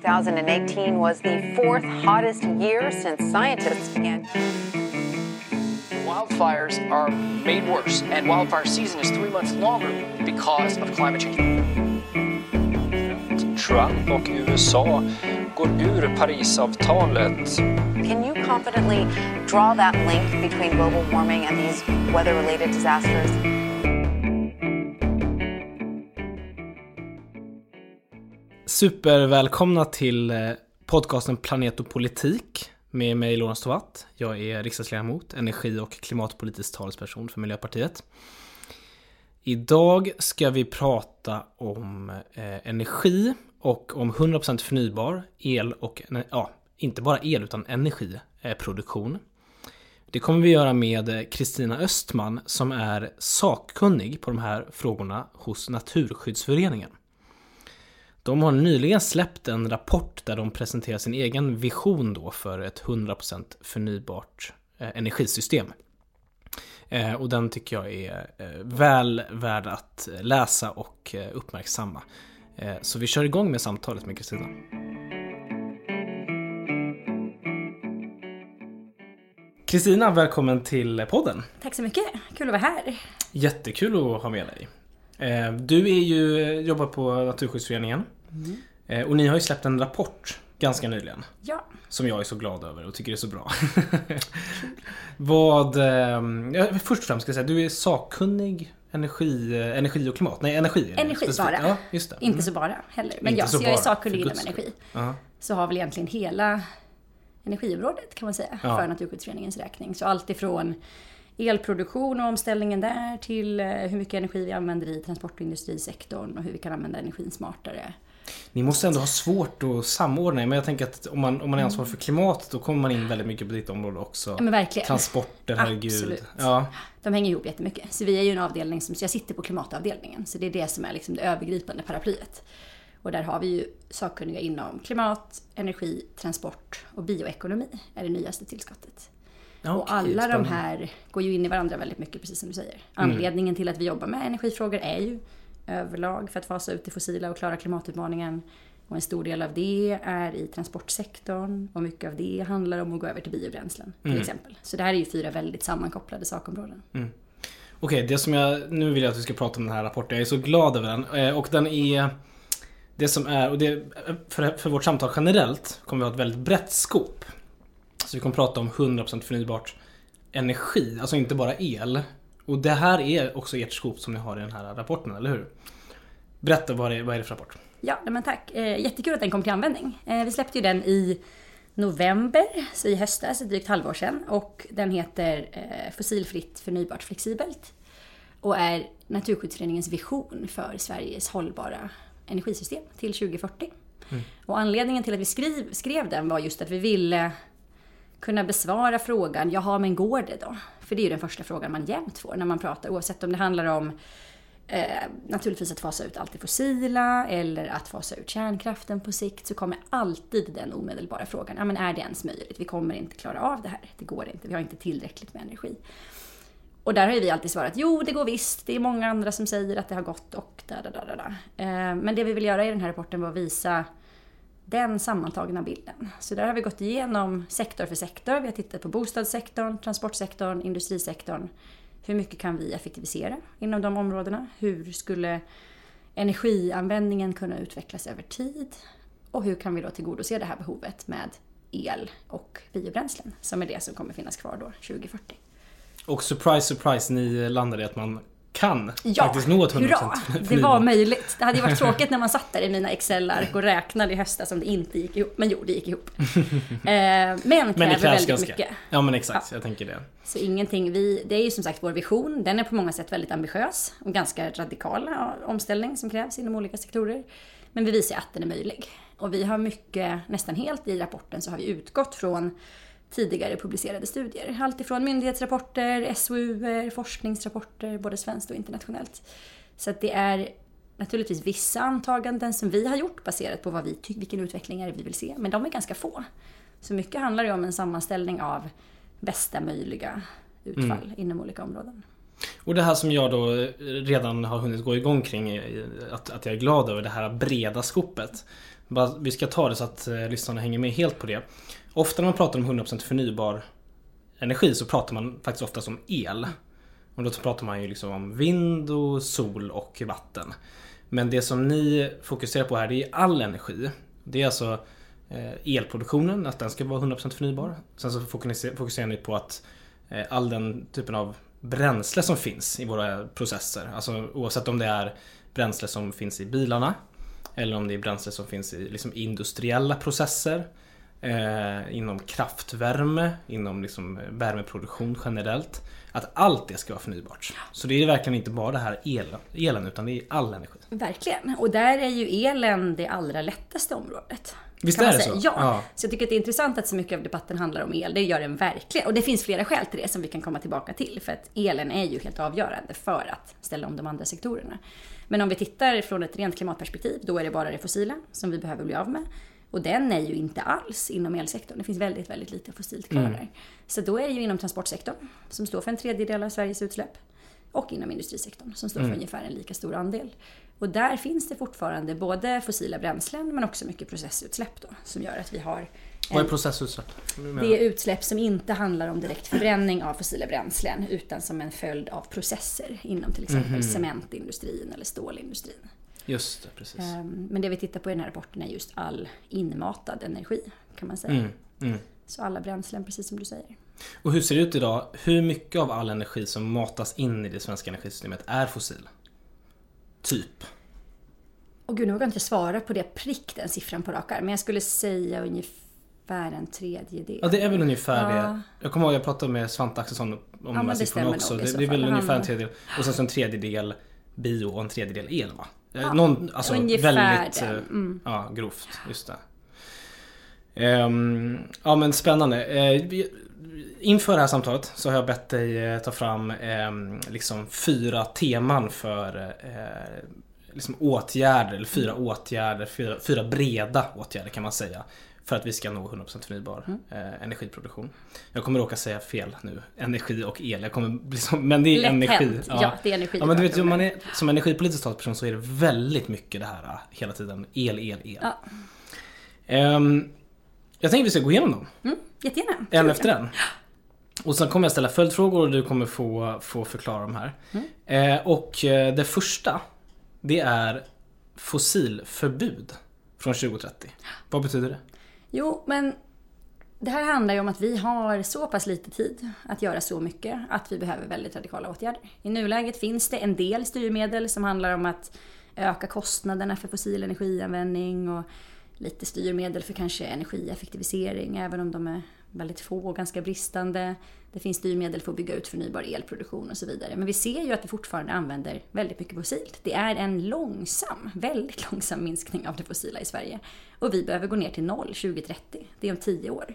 2018 was the fourth hottest year since scientists began. Wildfires are made worse, and wildfire season is 3 months longer because of climate change. Trump och USA går ur Parisavtalet. Can you confidently draw that link between global warming and these weather-related disasters? Supervälkomna till podcasten Planet och politik med mig Lorentz Tovatt. Jag är riksdagsledamot, energi- och klimatpolitisk talesperson för Miljöpartiet. Idag ska vi prata om energi och om 100% förnybar el och inte bara el utan energiproduktion. Det kommer vi göra med Kristina Östman som är sakkunnig på de här frågorna hos Naturskyddsföreningen. De har nyligen släppt en rapport där de presenterar sin egen vision då för ett 100% förnybart energisystem. Och den tycker jag är väl värd att läsa och uppmärksamma. Så vi kör igång med samtalet med Kristina. Kristina, välkommen till podden. Tack så mycket, kul att vara här. Jättekul att ha med dig. Du jobbar på Naturskyddsföreningen. Och ni har ju släppt en rapport ganska nyligen. Ja. Som jag är så glad över och tycker är så bra. Först och främst ska jag säga, du är sakkunnig energi och klimat. Nej, energi bara. Ja, just det. Inte så bara heller. Men jag är sakkunnig inom energi. Så har väl egentligen hela energiområdet kan man säga för Naturskyddsföreningens räkning. Så allt ifrån elproduktion och omställningen där till hur mycket energi vi använder i transport- och industrisektorn och hur vi kan använda energin smartare. Ni måste ändå ha svårt att samordna, men jag tänker att om man är ansvarig för klimatet då kommer man in väldigt mycket på ditt område också. Ja, men verkligen. Transporter, herregud. Absolut. Ja. De hänger ihop jättemycket. Så vi är ju en avdelning så jag sitter på klimatavdelningen. Så det är det som är liksom det övergripande paraplyet. Och där har vi ju sakkunniga inom klimat, energi, transport och bioekonomi är det nyaste tillskottet. Okay, och alla de här går ju in i varandra väldigt mycket, precis som du säger. Anledningen till att vi jobbar med energifrågor är ju överlag för att fasa ut det fossila och klara klimatutmaningen. Och en stor del av det är i transportsektorn. Och mycket av det handlar om att gå över till biobränslen till exempel. Så det här är ju 4 väldigt sammankopplade sakområden. Okej, nu vill jag att vi ska prata om den här rapporten. Jag är så glad över den. Och den är... Det som är... Och det, för vårt samtal generellt kommer vi ha ett väldigt brett skop. Så vi kommer prata om 100% förnybart energi. Alltså inte bara el. Och det här är också ert skop som ni har i den här rapporten, eller hur? Berätta, vad är det för rapport? Ja, men tack. Jättekul att den kom till användning. Vi släppte ju den i november, så i höstas, ett drygt halvår sedan. Och den heter Fossilfritt, förnybart, flexibelt. Och är Naturskyddsföreningens vision för Sveriges hållbara energisystem till 2040. Och anledningen till att vi skrev den var just att vi ville kunna besvara frågan, jaha, men går det då? För det är ju den första frågan man jämt får när man pratar, oavsett om det handlar om naturligtvis att fasa ut allt det fossila eller att fasa ut kärnkraften på sikt, så kommer alltid den omedelbara frågan, ja men är det ens möjligt? Vi kommer inte klara av det här, det går inte, vi har inte tillräckligt med energi. Och där har ju vi alltid svarat, jo det går visst, det är många andra som säger att det har gått och Men det vi vill göra i den här rapporten var att visa den sammantagna bilden. Så där har vi gått igenom sektor för sektor. Vi har tittat på bostadssektorn, transportsektorn, industrisektorn. Hur mycket kan vi effektivisera inom de områdena? Hur skulle energianvändningen kunna utvecklas över tid? Och hur kan vi då tillgodose det här behovet med el och biobränslen, som är det som kommer finnas kvar då 2040. Och surprise, ni landade i att man kan faktiskt nå ett 100% förnybart. Det var möjligt. Det hade ju varit tråkigt när man satt där i mina Excel-ark och räknade i höstas som det inte gick ihop. Men jo, det gick ihop. Men kräver väldigt mycket. Ja, men exakt. Jag tänker det. Så ingenting. Det är ju som sagt vår vision. Den är på många sätt väldigt ambitiös och ganska radikal omställning som krävs inom olika sektorer. Men vi visar att den är möjlig. Och vi har mycket, nästan helt i rapporten så har vi utgått från tidigare publicerade studier. Allt ifrån myndighetsrapporter, SOUer, forskningsrapporter, både svenskt och internationellt. Så att det är naturligtvis vissa antaganden som vi har gjort baserat på vad vi tycker, vilken utveckling är vi vill se. Men de är ganska få. Så mycket handlar det om en sammanställning av bästa möjliga utfall inom olika områden. Och det här som jag då redan har hunnit gå igång kring, att jag är glad över det här breda skopet. Vi ska ta det så att lyssnarna hänger med helt på det. Ofta när man pratar om 100% förnybar energi så pratar man faktiskt oftast om el. Och då pratar man ju liksom om vind och sol och vatten. Men det som ni fokuserar på här, det är all energi. Det är alltså elproduktionen, att den ska vara 100% förnybar. Sen så fokuserar ni på att all den typen av bränsle som finns i våra processer, alltså oavsett om det är bränsle som finns i bilarna eller om det är bränsle som finns i liksom industriella processer, inom kraftvärme, inom liksom värmeproduktion generellt, att allt det ska vara förnybart. Så det är verkligen inte bara det här elen utan det är all energi. Verkligen, och där är ju elen det allra lättaste området. Visst är det så? Ja, så jag tycker att det är intressant att så mycket av debatten handlar om el. Det gör den verkligen. Och det finns flera skäl till det som vi kan komma tillbaka till. För att elen är ju helt avgörande för att ställa om de andra sektorerna. Men om vi tittar från ett rent klimatperspektiv, då är det bara det fossila som vi behöver bli av med. Och den är ju inte alls inom elsektorn. Det finns väldigt, väldigt lite fossilt kvar där. Så då är det ju inom transportsektorn som står för en tredjedel av Sveriges utsläpp. Och inom industrisektorn som står för ungefär en lika stor andel. Och där finns det fortfarande både fossila bränslen men också mycket processutsläpp då, som gör att vi har... Vad är processutsläpp? Det är utsläpp som inte handlar om direkt förbränning av fossila bränslen utan som en följd av processer inom till exempel cementindustrin eller stålindustrin. Just det, precis. Men det vi tittar på i den här rapporten är just all inmatad energi, kan man säga. Så alla bränslen, precis som du säger. Och hur ser det ut idag? Hur mycket av all energi som matas in i det svenska energisystemet är fossil? Typ. Och gud, nu vågar jag inte svara på det den siffran på rakar. Men jag skulle säga ungefär en tredjedel. Ja, det är väl ungefär det. Jag kommer ihåg att jag pratade med Svante Axelsson om de här siffrorna också. Det är väl ungefär en tredjedel. Och sen så en tredjedel bio och en tredjedel el, va? Ja, alltså väldigt grovt, just det. Ja, men spännande. Inför det här samtalet så har jag bett dig ta fram liksom 4 teman för liksom åtgärder, eller 4 åtgärder, 4 breda åtgärder kan man säga, för att vi ska nå 100% förnybar energiproduktion. Jag kommer råka säga fel nu, energi och el. Jag kommer liksom, men det är energi. Ja, det är energi. Ja, men du vet, om man är som energipolitisk talsperson så är det väldigt mycket det här hela tiden. El. Ja. Jag tänkte vi ska gå igenom dem. Jättegärna. En efter en. Och sen kommer jag ställa följdfrågor och du kommer få förklara dem här. Och det första, det är fossilförbud från 2030. Vad betyder det? Jo, men det här handlar ju om att vi har så pass lite tid att göra så mycket att vi behöver väldigt radikala åtgärder. I nuläget finns det en del styrmedel som handlar om att öka kostnaderna för fossil energianvändning och lite styrmedel för kanske energieffektivisering, även om de är väldigt få och ganska bristande. Det finns styrmedel för att bygga ut förnybar elproduktion och så vidare. Men vi ser ju att vi fortfarande använder väldigt mycket fossilt. Det är en väldigt långsam minskning av det fossila i Sverige. Och vi behöver gå ner till 0 2030. Det är om 10 år.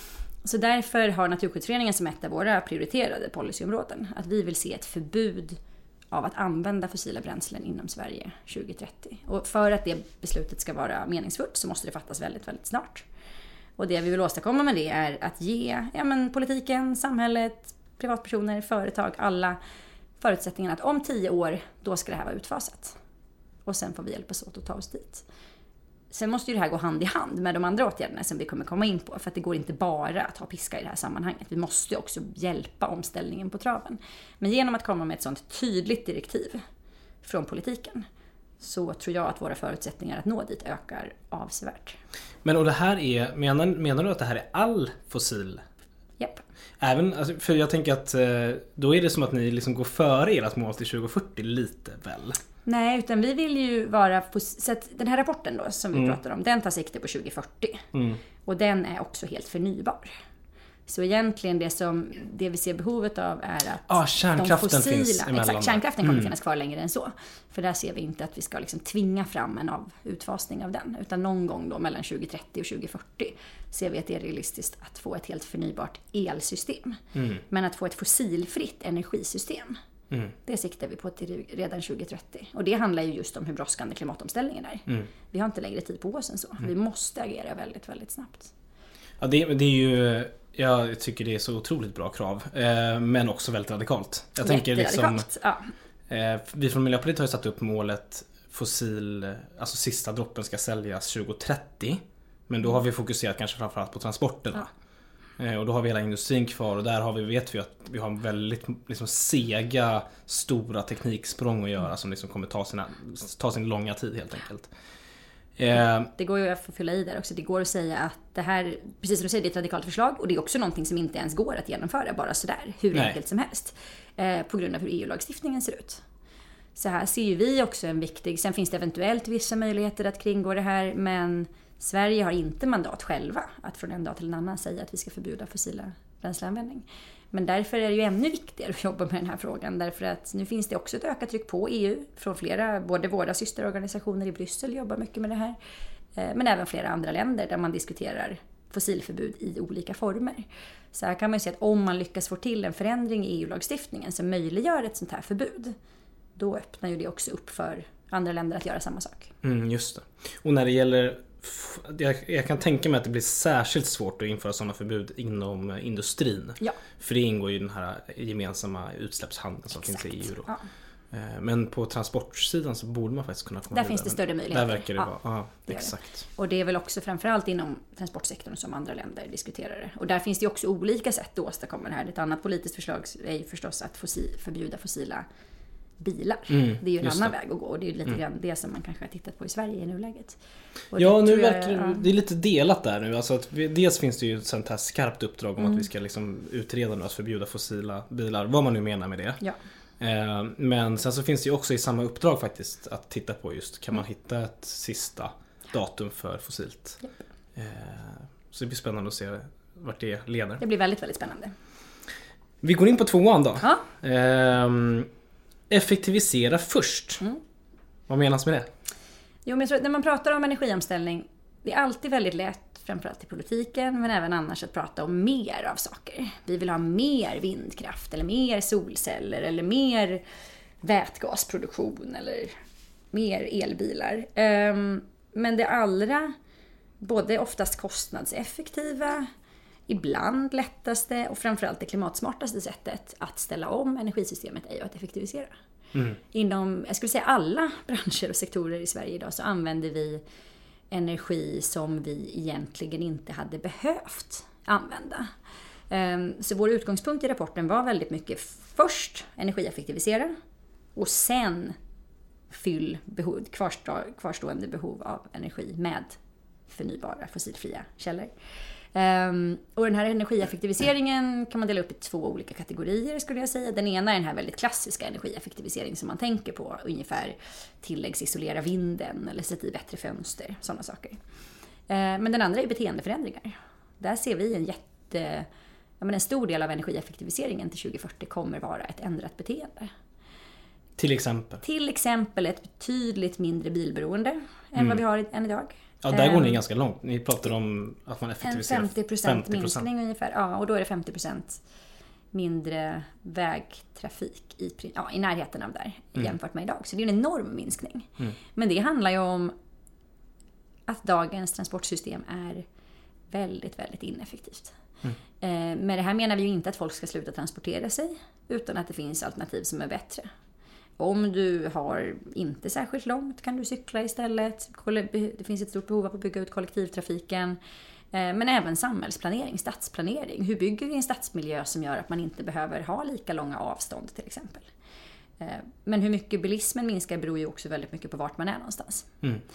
Så därför har Naturskyddsföreningen som ett av våra prioriterade policyområden att vi vill se ett förbud av att använda fossila bränslen inom Sverige 2030. Och för att det beslutet ska vara meningsfullt så måste det fattas väldigt, väldigt snart. Och det vi vill åstadkomma med det är att ge politiken, samhället, privatpersoner, företag, alla förutsättningarna att om 10 år, då ska det här vara utfasat. Och sen får vi hjälpas åt att ta oss dit. Sen måste ju det här gå hand i hand med de andra åtgärderna som vi kommer komma in på. För att det går inte bara att ha piska i det här sammanhanget. Vi måste också hjälpa omställningen på traven. Men genom att komma med ett sånt tydligt direktiv från politiken så tror jag att våra förutsättningar att nå dit ökar avsevärt. Men och det här är, menar du att det här är all fossil? Japp. Även, alltså, för jag tänker att då är det som att ni liksom går före ert mål till 2040 lite väl? Nej, utan vi vill ju vara... Så att den här rapporten då som vi pratar om, den tar sikte på 2040. Och den är också helt förnybar. Så egentligen det vi ser behovet av är att kärnkraften de fossila... finns emellan. Exakt, kärnkraften kommer finnas kvar längre än så. För där ser vi inte att vi ska liksom tvinga fram en utfasning av den. Utan någon gång då mellan 2030 och 2040 ser vi att det är realistiskt att få ett helt förnybart elsystem. Men att få ett fossilfritt energisystem, det siktar vi på till redan 2030. Och det handlar ju just om hur brådskande klimatomställningen är. Vi har inte längre tid på oss än så. Vi måste agera väldigt, väldigt snabbt. Ja, det är ju... Jag tycker det är så otroligt bra krav. Men också väldigt radikalt. Jag tänker liksom... Ja. Vi från Miljöpartiet har ju satt upp målet alltså sista droppen ska säljas 2030. Men då har vi fokuserat kanske framförallt på transporterna. Och då har vi hela industrin kvar och där vet vi att vi har väldigt liksom sega, stora tekniksprång att göra som liksom kommer ta sin långa tid helt enkelt. Det går ju att fylla i där också. Det går att säga att det här, precis som du säger, det är ett radikalt förslag och det är också någonting som inte ens går att genomföra bara sådär, hur enkelt som helst. På grund av hur EU-lagstiftningen ser ut. Så här ser ju vi också en viktig, sen finns det eventuellt vissa möjligheter att kringgå det här, men Sverige har inte mandat själva att från en dag till en annan säga att vi ska förbjuda fossila bränsleanvändning. Men därför är det ju ännu viktigare att jobba med den här frågan, därför att nu finns det också ett ökat tryck på EU från flera, både våra systerorganisationer i Bryssel jobbar mycket med det här, men även flera andra länder där man diskuterar fossilförbud i olika former. Så här kan man ju säga att om man lyckas få till en förändring i EU-lagstiftningen som möjliggör ett sånt här förbud, då öppnar ju det också upp för andra länder att göra samma sak. Just det. Och när det gäller, jag kan tänka mig att det blir särskilt svårt att införa sådana förbud inom industrin. Ja. För det ingår ju den här gemensamma utsläppshandeln som finns i EU då. Ja. Men på transportsidan så borde man faktiskt kunna komma vidare. Där finns det större möjligheter. Där verkar det vara. Ja, exakt. Och det är väl också framförallt inom transportsektorn som andra länder diskuterar det. Och där finns det också olika sätt att åstadkomma det här. Ett annat politiskt förslag är ju förstås att förbjuda fossila bilar. Det är ju en annan väg att gå och det är ju lite grann det som man kanske har tittat på i Sverige i nuläget. Och ja, nu verkar det är lite delat där nu. Alltså att dels finns det ju ett sånt här skarpt uppdrag om att vi ska liksom utreda nu att förbjuda fossila bilar, vad man nu menar med det. Ja. Men sen så finns det ju också i samma uppdrag faktiskt att titta på just, kan man hitta ett sista datum för fossilt? Så det blir spännande att se vart det leder. Det blir väldigt, väldigt spännande. Vi går in på 2:an då. Effektivisera först. Vad menas med det? Jo, men jag tror att när man pratar om energiomställning, det är alltid väldigt lätt, framförallt i politiken, men även annars, att prata om mer av saker. Vi vill ha mer vindkraft, eller mer solceller, eller mer vätgasproduktion, eller mer elbilar. Men det allra, både oftast kostnadseffektiva, ibland lättaste och framförallt det klimatsmartaste sättet att ställa om energisystemet är ju att effektivisera. Inom, jag skulle säga alla branscher och sektorer i Sverige idag så använder vi energi som vi egentligen inte hade behövt använda. Så vår utgångspunkt i rapporten var väldigt mycket först energieffektivisera och sen fyll kvarstående behov av energi med förnybara fossilfria källor. Och den här energieffektiviseringen kan man dela upp i 2 olika kategorier skulle jag säga. Den ena är den här väldigt klassiska energieffektivisering som man tänker på, ungefär tilläggsisolera vinden eller sätta i bättre fönster, sådana saker. Men den andra är beteendeförändringar. Där ser vi en stor del av energieffektiviseringen till 2040 kommer vara ett ändrat beteende. Till exempel? Till exempel ett betydligt mindre bilberoende än vad vi har än idag. Ja, där går ni ganska långt. Ni pratar om att man effektiviserar en 50% minskning ungefär. Ja, och då är det 50% mindre vägtrafik i närheten av där jämfört med idag. Så det är en enorm minskning. Men det handlar ju om att dagens transportsystem är väldigt, väldigt ineffektivt. Med det här menar vi ju inte att folk ska sluta transportera sig, utan att det finns alternativ som är bättre. Om du har inte särskilt långt kan du cykla istället. Det finns ett stort behov av att bygga ut kollektivtrafiken. Men även samhällsplanering, stadsplanering. Hur bygger vi en stadsmiljö som gör att man inte behöver ha lika långa avstånd till exempel. Men hur mycket bilismen minskar beror ju också väldigt mycket på vart man är någonstans.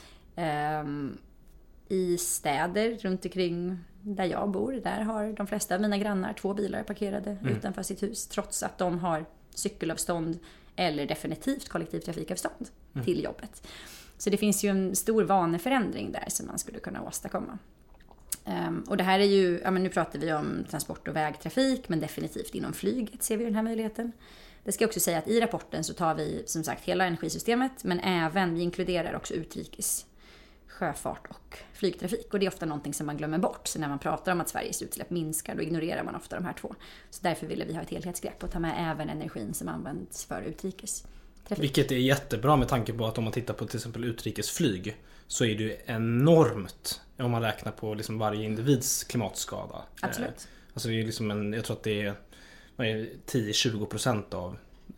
I städer runt omkring där jag bor, där har de flesta av mina grannar 2 bilar parkerade utanför sitt hus. Trots att de har cykelavstånd eller definitivt kollektivtrafikavstånd till jobbet. Så det finns ju en stor vaneförändring där som man skulle kunna åstadkomma. Och det här är ju, nu pratar vi om transport- och vägtrafik, men definitivt inom flyget ser vi den här möjligheten. Det ska jag också säga att i rapporten så tar vi som sagt hela energisystemet, men även vi inkluderar också utrikes sjöfart och flygtrafik. Och det är ofta någonting som man glömmer bort. Så när man pratar om att Sveriges utsläpp minskar, då ignorerar man ofta de här 2. Så därför ville vi ha ett helhetsgrepp och ta med även energin som används för utrikestrafik. Vilket är jättebra med tanke på att om man tittar på till exempel utrikesflyg så är det ju enormt om man räknar på liksom varje individs klimatskada. Absolut. Alltså det är liksom jag tror att det är 10-20% av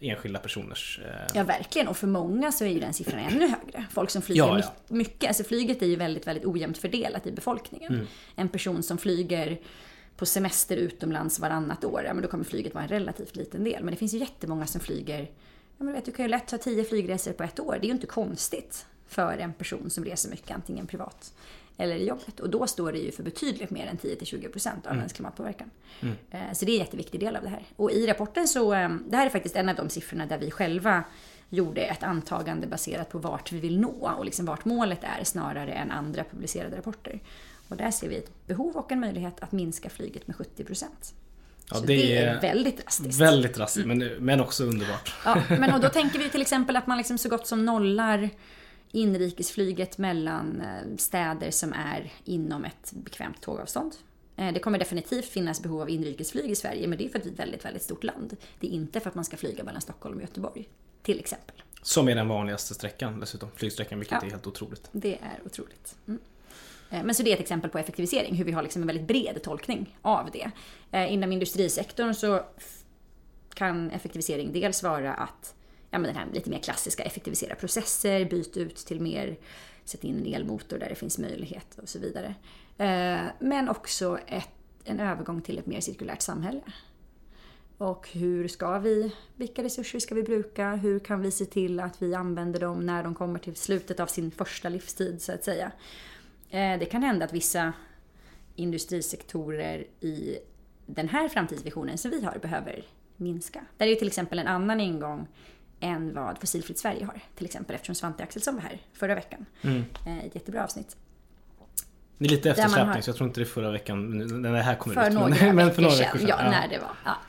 enskilda personers... Ja, verkligen. Och för många så är ju den siffran ännu högre. Folk som flyger mycket. Alltså flyget är ju väldigt, väldigt ojämnt fördelat i befolkningen. En person som flyger på semester utomlands varannat år, ja, men då kommer flyget vara en relativt liten del. Men det finns ju jättemånga som flyger... Ja, men du kan ju lätt ta 10 flygresor på ett år. Det är ju inte konstigt för en person som reser mycket, antingen privat eller i jobbet. Och då står det ju för betydligt mer än 10-20% av ens klimatpåverkan. Så det är en jätteviktig del av det här. Och i rapporten så, det här är faktiskt en av de siffrorna där vi själva gjorde ett antagande baserat på vart vi vill nå och liksom vart målet är snarare än andra publicerade rapporter. Och där ser vi ett behov och en möjlighet att minska flyget med 70%. Ja, så det är väldigt drastiskt. Väldigt drastiskt, men också underbart. Ja, men och då tänker vi till exempel att man liksom så gott som nollar inrikesflyget mellan städer som är inom ett bekvämt tågavstånd. Det kommer definitivt finnas behov av inrikesflyg i Sverige, men det är för att vi är ett väldigt, väldigt stort land. Det är inte för att man ska flyga mellan Stockholm och Göteborg, till exempel. Som är den vanligaste sträckan dessutom, flygsträckan, vilket är helt otroligt. Det är otroligt. Men så det är ett exempel på effektivisering, hur vi har liksom en väldigt bred tolkning av det. Inom industrisektorn så kan effektivisering dels vara att men den här lite mer klassiska effektivisera processer, byta ut till mer, sätta in en elmotor där det finns möjlighet och så vidare. Men också en övergång till ett mer cirkulärt samhälle. Och vilka resurser ska vi bruka? Hur kan vi se till att vi använder dem när de kommer till slutet av sin första livstid, så att säga. Det kan hända att vissa industrisektorer i den här framtidsvisionen som vi har behöver minska. Där är ju till exempel en annan ingång än vad Fossilfritt Sverige har. Till exempel eftersom Svante Axelsson var här förra veckan. Ett jättebra avsnitt. Det är lite eftersläppning, så jag tror inte det är förra veckan när det här kommer för ut. Några veckor sedan. Ja, när det var. Ja.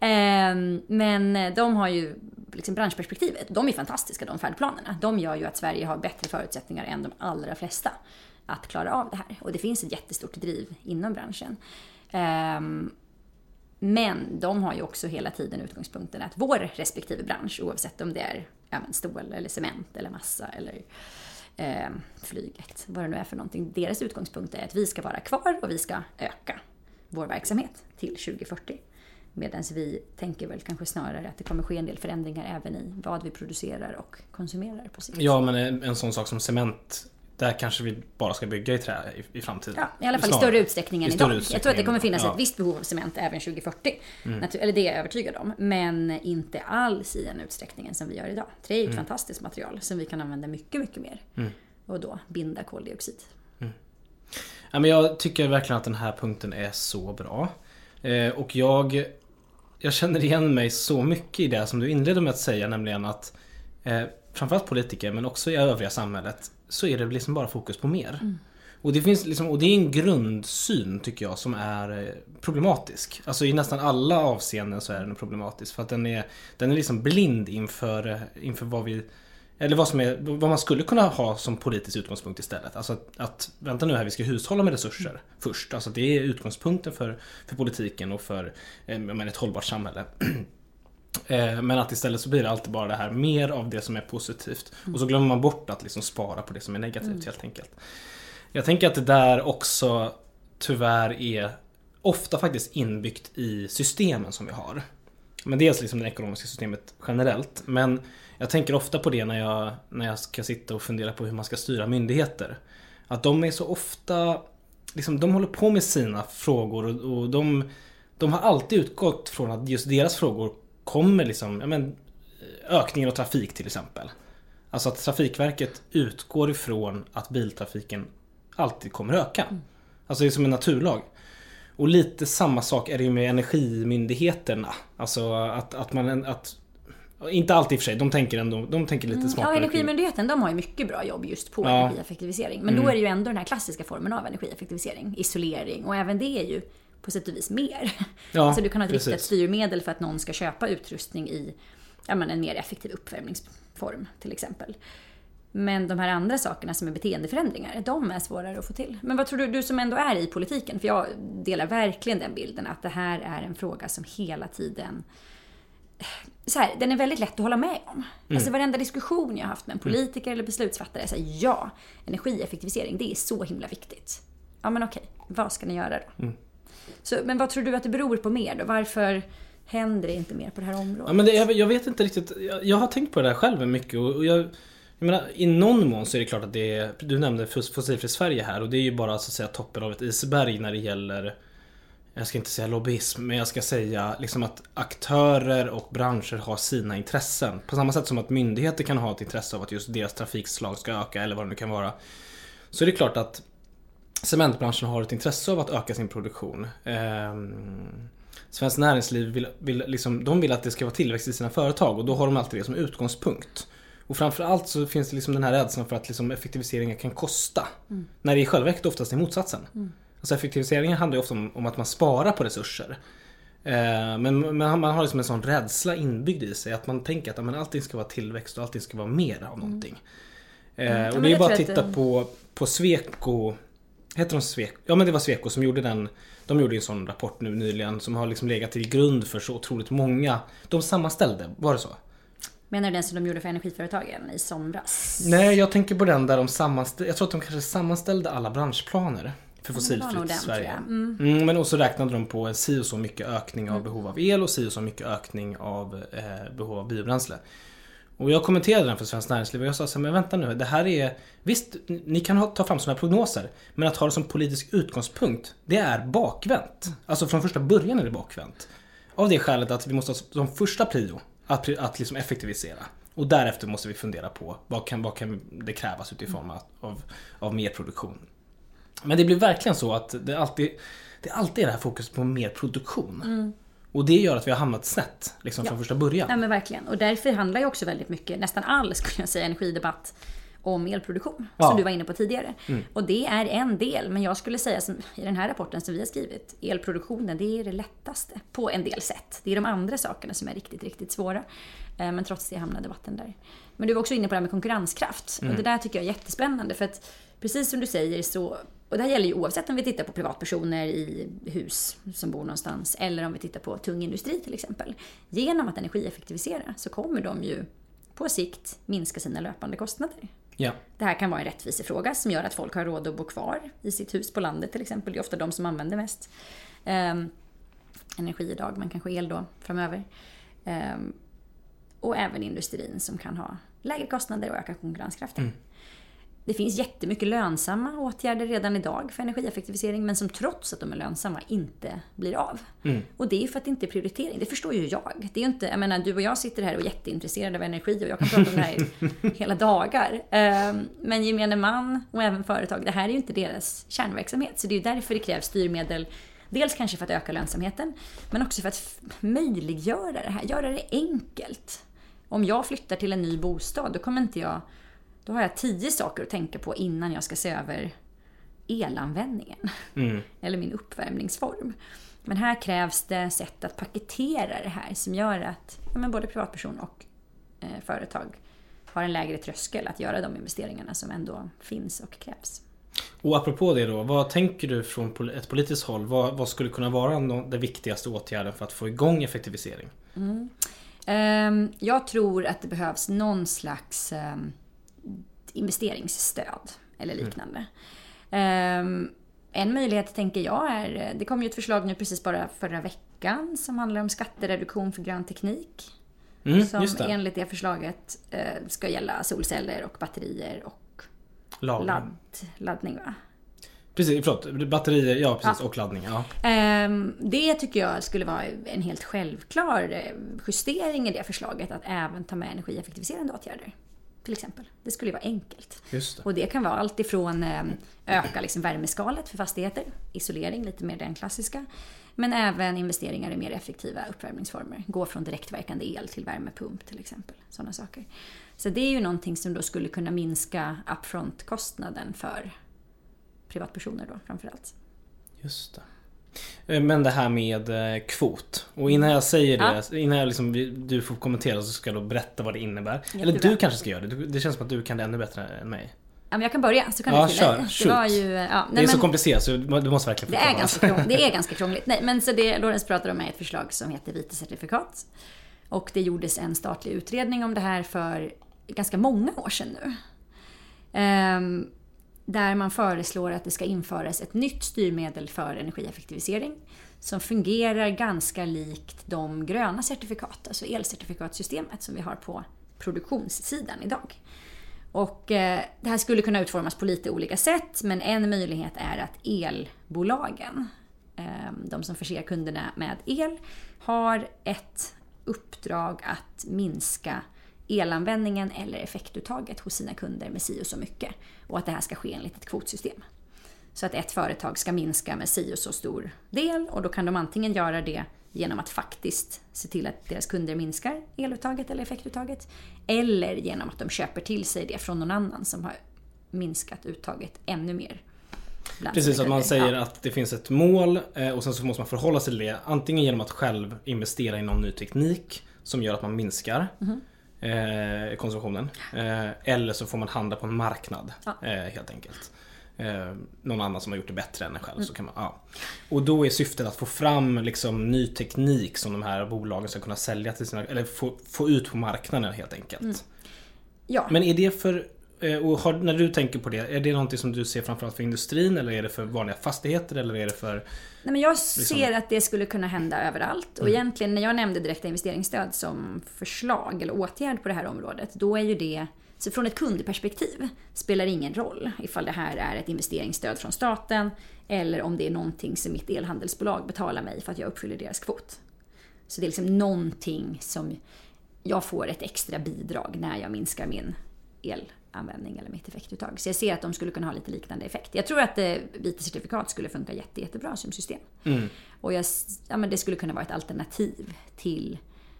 Men de har ju liksom branschperspektivet. De är fantastiska, de färdplanerna. De gör ju att Sverige har bättre förutsättningar än de allra flesta att klara av det här. Och det finns ett jättestort driv inom branschen. Men de har ju också hela tiden utgångspunkten att vår respektive bransch, oavsett om det är stål eller cement eller massa eller flyget, vad det nu är för någonting, deras utgångspunkt är att vi ska vara kvar och vi ska öka vår verksamhet till 2040. Medan vi tänker väl kanske snarare att det kommer ske en del förändringar även i vad vi producerar och konsumerar på sikt. Ja, men en sån sak som cement, där kanske vi bara ska bygga i trä i framtiden. Ja, i alla fall i större utsträckning än idag. Jag tror att det kommer finnas ett visst behov av cement även 2040. Eller det är jag övertygad om. Men inte alls i den utsträckningen som vi gör idag. Trä är ett fantastiskt material som vi kan använda mycket, mycket mer. Och då binda koldioxid. Ja, men jag tycker verkligen att den här punkten är så bra. Och jag känner igen mig så mycket i det som du inledde med att säga, nämligen att framförallt politiker, men också i övriga samhället, så är det liksom bara fokus på mer. Och det finns liksom, och det är en grundsyn, tycker jag, som är problematisk. Alltså i nästan alla avseenden så är den problematisk, för att den är liksom blind inför vad vi, eller vad man skulle kunna ha som politisk utgångspunkt istället. Alltså att vänta nu här, vi ska hushålla med resurser först. Alltså det är utgångspunkten för politiken och för ett hållbart samhälle. Men att istället så blir det alltid bara det här, mer av det som är positivt. Och så glömmer man bort att liksom spara på det som är negativt, helt enkelt. Jag tänker att det där också tyvärr är ofta faktiskt inbyggt i systemen som vi har. Men dels liksom det ekonomiska systemet generellt. Men jag tänker ofta på det när jag ska sitta och fundera på hur man ska styra myndigheter. Att de är så ofta, liksom, de håller på med sina frågor och de har alltid utgått från att just deras frågor kommer liksom, ökningen av trafik till exempel. Alltså att Trafikverket utgår ifrån att biltrafiken alltid kommer öka. Alltså det är som en naturlag. Och lite samma sak är det ju med energimyndigheterna. Alltså att inte alltid i och för sig, de tänker lite smartare. Ja, Energimyndigheten, de har ju mycket bra jobb just på energieffektivisering. Men då är det ju ändå den här klassiska formen av energieffektivisering, isolering. Och även det är ju på sätt och vis mer. Ja, så du kan ha ett riktigt styrmedel för att någon ska köpa utrustning i en mer effektiv uppvärmningsform till exempel. Men de här andra sakerna som är beteendeförändringar, de är svårare att få till. Men vad tror du som ändå är i politiken? För jag delar verkligen den bilden att det här är en fråga som hela tiden... den är väldigt lätt att hålla med om. Alltså varenda diskussion jag har haft med en politiker eller beslutsfattare säger ja, energieffektivisering, det är så himla viktigt. Ja, men okej, vad ska ni göra då? Så, men vad tror du att det beror på mer då? Varför händer det inte mer på det här området? Ja, men jag vet inte riktigt. Jag har tänkt på det där själv mycket. Och jag menar, i någon mån så är det klart att det är, du nämnde fossilfri Sverige här. Och det är ju bara så att säga toppen av ett isberg när det gäller, jag ska inte säga lobbyism, men jag ska säga liksom att aktörer och branscher har sina intressen. På samma sätt som att myndigheter kan ha ett intresse av att just deras trafikslag ska öka eller vad det nu kan vara. Så är det klart att cementbranschen har ett intresse av att öka sin produktion. Svenskt näringsliv vill att det ska vara tillväxt i sina företag, och då har de alltid det som utgångspunkt. Och framförallt så finns det liksom den här rädslan för att liksom effektiviseringar kan kosta. När det i själva verket oftast är motsatsen. Alltså effektiviseringen handlar ju ofta om att man sparar på resurser. Men man har liksom en sån rädsla inbyggd i sig, att man tänker att allting ska vara tillväxt och allting ska vara mer av någonting. Och det är bara att titta på Sweco. Heter de Sweco? Ja, men det var Sweco som gjorde den. De gjorde en sån rapport nu nyligen som har liksom legat till grund för så otroligt många. De sammanställde, var det så? Menar du den som de gjorde för energiföretagen i somras? Nej, jag tänker på den där de sammanställde. Jag tror att de kanske sammanställde alla branschplaner för fossilfritt i Sverige. Men också räknade de på en si och så mycket ökning av behov av el och si och så mycket ökning av behov av biobränsle. Och jag kommenterade den för Svenskt Näringsliv och jag sa så här, men vänta nu, det här är, visst, ni kan ta fram sådana här prognoser, men att ha det som politisk utgångspunkt, det är bakvänt. Alltså från första början är det bakvänt. Av det skälet att vi måste ha som första prio att liksom effektivisera. Och därefter måste vi fundera på vad kan det krävas utifrån av mer produktion. Men det blir verkligen så att det alltid är det här fokus på mer produktion. Och det gör att vi har hamnat snett liksom från första början. Ja, men verkligen. Och därför handlar ju också väldigt mycket, nästan all skulle jag säga, energidebatt om elproduktion. Som du var inne på tidigare. Och det är en del, men jag skulle säga som i den här rapporten som vi har skrivit, elproduktionen, det är det lättaste på en del sätt. Det är de andra sakerna som är riktigt, riktigt svåra. Men trots det hamnar debatten där. Men du var också inne på det här med konkurrenskraft. Och det där tycker jag är jättespännande, för att precis som du säger så, och det här gäller ju oavsett om vi tittar på privatpersoner i hus som bor någonstans eller om vi tittar på tung industri till exempel. Genom att energieffektivisera så kommer de ju på sikt minska sina löpande kostnader. Ja. Det här kan vara en rättvisefråga som gör att folk har råd att bo kvar i sitt hus på landet till exempel. Det är ofta de som använder mest energi idag, men kanske el då framöver. Och även industrin som kan ha lägre kostnader och öka konkurrenskraften. Det finns jättemycket lönsamma åtgärder redan idag för energieffektivisering, men som trots att de är lönsamma inte blir av. Och det är för att det inte är prioritering. Det förstår ju jag. Det är ju inte, jag menar, du och jag sitter här och är jätteintresserade av energi och jag kan prata om det här hela dagar. Men gemene man och även företag, det här är ju inte deras kärnverksamhet. Så det är ju därför det krävs styrmedel. Dels kanske för att öka lönsamheten, men också för att möjliggöra det här. Göra det enkelt. Om jag flyttar till en ny bostad, då har jag 10 saker att tänka på innan jag ska se över elanvändningen. Eller min uppvärmningsform. Men här krävs det sätt att paketera det här som gör att både privatperson och företag har en lägre tröskel att göra de investeringarna som ändå finns och krävs. Och apropå det då, vad tänker du från ett politiskt håll? Vad skulle kunna vara den viktigaste åtgärden för att få igång effektivisering? Jag tror att det behövs någon slags investeringsstöd eller liknande. En möjlighet tänker jag är, det kom ju ett förslag nu precis bara förra veckan som handlar om skattereduktion för grön teknik. Som enligt det förslaget ska gälla solceller och batterier och laddning va? Precis, förlåt, batterier, ja precis, och laddning. Ja. Det tycker jag skulle vara en helt självklar justering i det förslaget, att även ta med energieffektiviserande åtgärder. Till exempel. Det skulle ju vara enkelt. Just det. Och det kan vara allt ifrån öka liksom värmeskalet för fastigheter, isolering, lite mer den klassiska. Men även investeringar i mer effektiva uppvärmningsformer. Gå från direktverkande el till värmepump till exempel. Sådana saker. Så det är ju någonting som då skulle kunna minska upfront-kostnaden för privatpersoner då framförallt. Just det. Men det här med kvot. Och innan jag säger det, innan jag du får kommentera, så ska jag då berätta vad det innebär. Jättebra. Eller du kanske ska göra det. Det känns som att du kan det ännu bättre än mig. Ja, men jag kan börja så kan du fylla i. Det var ju, det är så komplicerat så du måste verkligen förklara. Det är ganska krångligt. Nej, men så det Lorentz pratar om är ett förslag som heter vita certifikat. Och det gjordes en statlig utredning om det här för ganska många år sedan nu. där man föreslår att det ska införas ett nytt styrmedel för energieffektivisering som fungerar ganska likt de gröna certifikat, alltså elcertifikatsystemet som vi har på produktionssidan idag. Och det här skulle kunna utformas på lite olika sätt, men en möjlighet är att elbolagen, de som förser kunderna med el, har ett uppdrag att minska elanvändningen eller effektuttaget hos sina kunder med si och så mycket. Och att det här ska ske enligt ett kvotsystem. Så att ett företag ska minska med si och så stor del, och då kan de antingen göra det genom att faktiskt se till att deras kunder minskar eluttaget eller effektuttaget, eller genom att de köper till sig det från någon annan som har minskat uttaget ännu mer. Precis, att man säger att det finns ett mål och sen så måste man förhålla sig till det antingen genom att själv investera i någon ny teknik som gör att man minskar konsumtionen, eller så får man handla på en marknad helt enkelt. Någon annan som har gjort det bättre än en själv, så kan man, och då är syftet att få fram liksom ny teknik som de här bolagen ska kunna sälja till sina, eller få ut på marknaden helt enkelt. Ja. Men är det för, och när du tänker på det, är det någonting som du ser framförallt för industrin, eller är det för vanliga fastigheter, eller är det för... Nej, men jag ser att det skulle kunna hända överallt. Och egentligen när jag nämnde direkta investeringsstöd som förslag eller åtgärd på det här området, då är ju det, så från ett kundperspektiv spelar det ingen roll ifall det här är ett investeringsstöd från staten eller om det är någonting som mitt elhandelsbolag betalar mig för att jag uppfyller deras kvot. Så det är liksom någonting som jag får ett extra bidrag när jag minskar min elanvändning eller mitt effektuttag. Så jag ser att de skulle kunna ha lite liknande effekt. Jag tror att vita certifikat skulle funka jättebra som system. Och men det skulle kunna vara ett alternativ till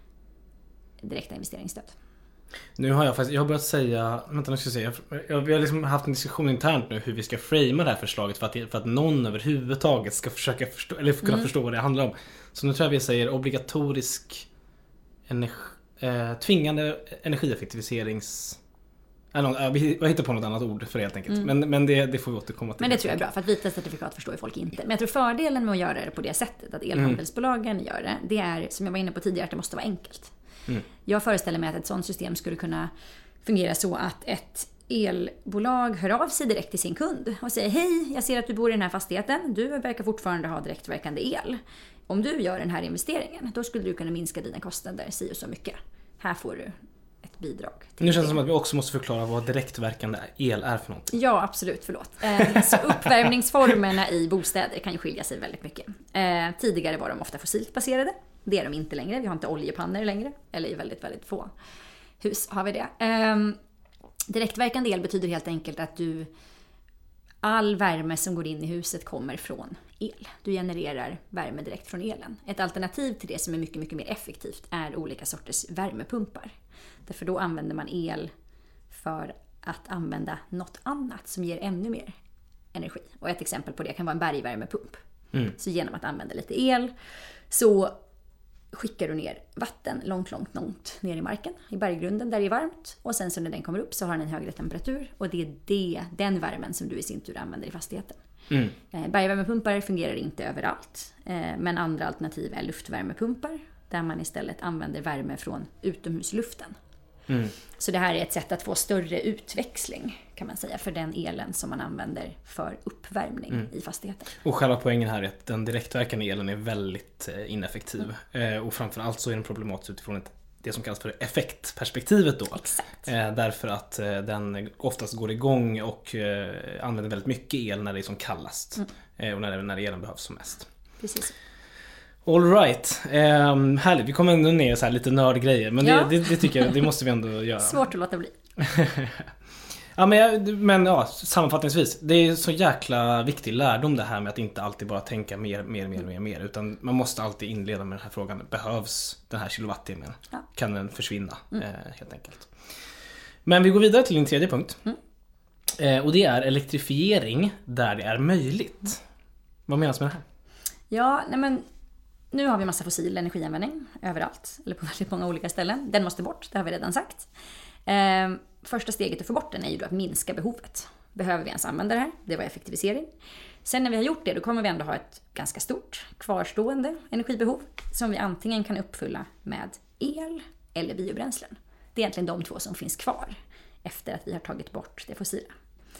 direkta investeringsstöd. Nu har jag har börjat säga, vi har liksom haft en diskussion internt nu hur vi ska framea det här förslaget för att någon överhuvudtaget ska försöka förstå, eller kunna förstå vad det handlar om. Så nu tror jag vi säger obligatorisk tvingande energieffektiviserings... Jag hittar på något annat ord för det helt enkelt. Men det får vi återkomma till. Men det tror jag är bra, för att vita certifikat förstår ju folk inte. Men jag tror fördelen med att göra det på det sättet, att elhandelsbolagen gör det är, som jag var inne på tidigare, att det måste vara enkelt. Jag föreställer mig att ett sådant system skulle kunna fungera så att ett elbolag hör av sig direkt till sin kund och säger: hej, jag ser att du bor i den här fastigheten, du verkar fortfarande ha direktverkande el. Om du gör den här investeringen, då skulle du kunna minska dina kostnader si och så mycket. Här får du ett bidrag. Nu känns det som att vi också måste förklara vad direktverkande el är för någonting. Ja, absolut, förlåt. Så uppvärmningsformerna i bostäder kan ju skilja sig väldigt mycket. Tidigare var de ofta fossilt baserade. Det är de inte längre. Vi har inte oljepannor längre. Eller i väldigt, väldigt få hus har vi det. Direktverkande el betyder helt enkelt att all värme som går in i huset kommer från el. Du genererar värme direkt från elen. Ett alternativ till det som är mycket, mycket mer effektivt är olika sorters värmepumpar. Därför då använder man el för att använda något annat som ger ännu mer energi. Och ett exempel på det kan vara en bergvärmepump. Så genom att använda lite el så skickar du ner vatten långt ner i marken, i berggrunden där det är varmt. Och sen så när den kommer upp så har den en högre temperatur. Och det är den värmen som du i sin tur använder i fastigheten. Bergvärmepumpar fungerar inte överallt. Men andra alternativ är luftvärmepumpar, där man istället använder värme från utomhusluften. Så det här är ett sätt att få större utväxling, kan man säga, för den elen som man använder för uppvärmning i fastigheten. Och själva poängen här är att den direktverkande elen är väldigt ineffektiv. Och framförallt så är den problematisk utifrån det som kallas för effektperspektivet då. Exakt. Därför att den oftast går igång och använder väldigt mycket el när det är som kallast. Och när elen behövs som mest. Precis. All right. Härligt. Vi kommer ändå ner så här lite nördgrejer. Men det tycker jag, det måste vi ändå göra. Svårt att låta bli. Men sammanfattningsvis. Det är så jäkla viktig lärdom det här med att inte alltid bara tänka mer. Utan man måste alltid inleda med den här frågan. Behövs den här kilowattimmen? Ja. Kan den försvinna? Helt enkelt. Men vi går vidare till din tredje punkt. Och det är elektrifiering där det är möjligt. Vad menas med det här? Ja, men nu har vi massa fossil energianvändning överallt, eller på väldigt många olika ställen. Den måste bort, det har vi redan sagt. Första steget att få bort den är ju då att minska behovet. Behöver vi ens använda det här? Det var effektivisering. Sen när vi har gjort det, då kommer vi ändå ha ett ganska stort kvarstående energibehov som vi antingen kan uppfylla med el eller biobränslen. Det är egentligen de två som finns kvar efter att vi har tagit bort det fossila.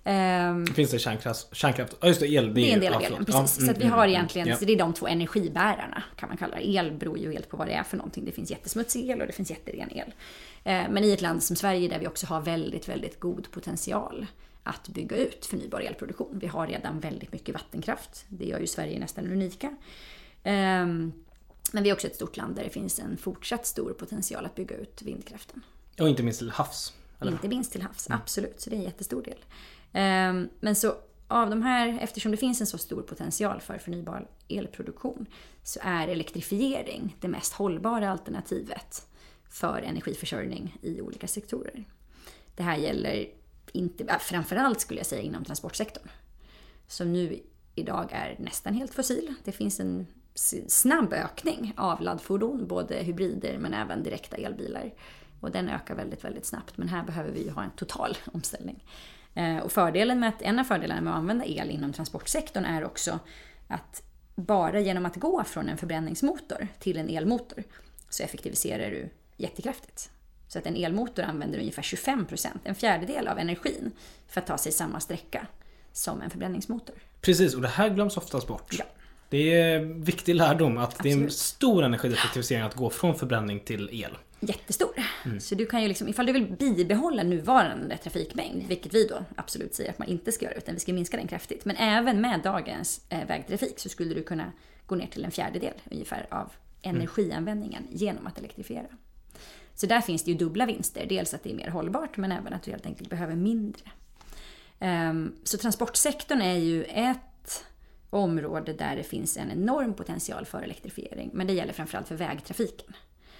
Finns det kärnkraft? Ja, just det, el. Det är en del av elen, precis. Så att vi har egentligen, så det är de 2 energibärarna kan man kalla det. El beror ju helt på vad det är för någonting. Det finns jättesmutsig el och det finns jätteren el. Men i ett land som Sverige där vi också har väldigt, väldigt god potential att bygga ut förnybar elproduktion. Vi har redan väldigt mycket vattenkraft. Det gör ju Sverige nästan unika. Men vi är också ett stort land där det finns en fortsatt stor potential att bygga ut vindkraften. Och inte minst till havs. Eller? Inte minst till havs, absolut. Så det är en jättestor del. Men så av de här, eftersom det finns en så stor potential för förnybar elproduktion, så är elektrifiering det mest hållbara alternativet för energiförsörjning i olika sektorer. Det här gäller inte, framförallt skulle jag säga inom transportsektorn, som nu idag är nästan helt fossil. Det finns en snabb ökning av laddfordon, både hybrider men även direkta elbilar. Och den ökar väldigt, väldigt snabbt. Men här behöver vi ju ha en total omställning. Och en av fördelarna med att använda el inom transportsektorn är också att bara genom att gå från en förbränningsmotor till en elmotor så effektiviserar du jättekraftigt. Så att en elmotor använder ungefär 25%, en fjärdedel av energin, för att ta sig samma sträcka som en förbränningsmotor. Precis, och det här glöms oftast bort. Ja. Det är viktig lärdom att det är en stor energieffektivisering att gå från förbränning till el. Jättestor. Så du kan ju liksom, ifall du vill bibehålla nuvarande trafikmängd, vilket vi då absolut säger att man inte ska göra, utan vi ska minska den kraftigt. Men även med dagens vägtrafik så skulle du kunna gå ner till en fjärdedel ungefär av energianvändningen genom att elektrifiera. Så där finns det ju dubbla vinster. Dels att det är mer hållbart, men även att du helt enkelt behöver mindre. Så transportsektorn är ju ett område där det finns en enorm potential för elektrifiering. Men det gäller framförallt för vägtrafiken.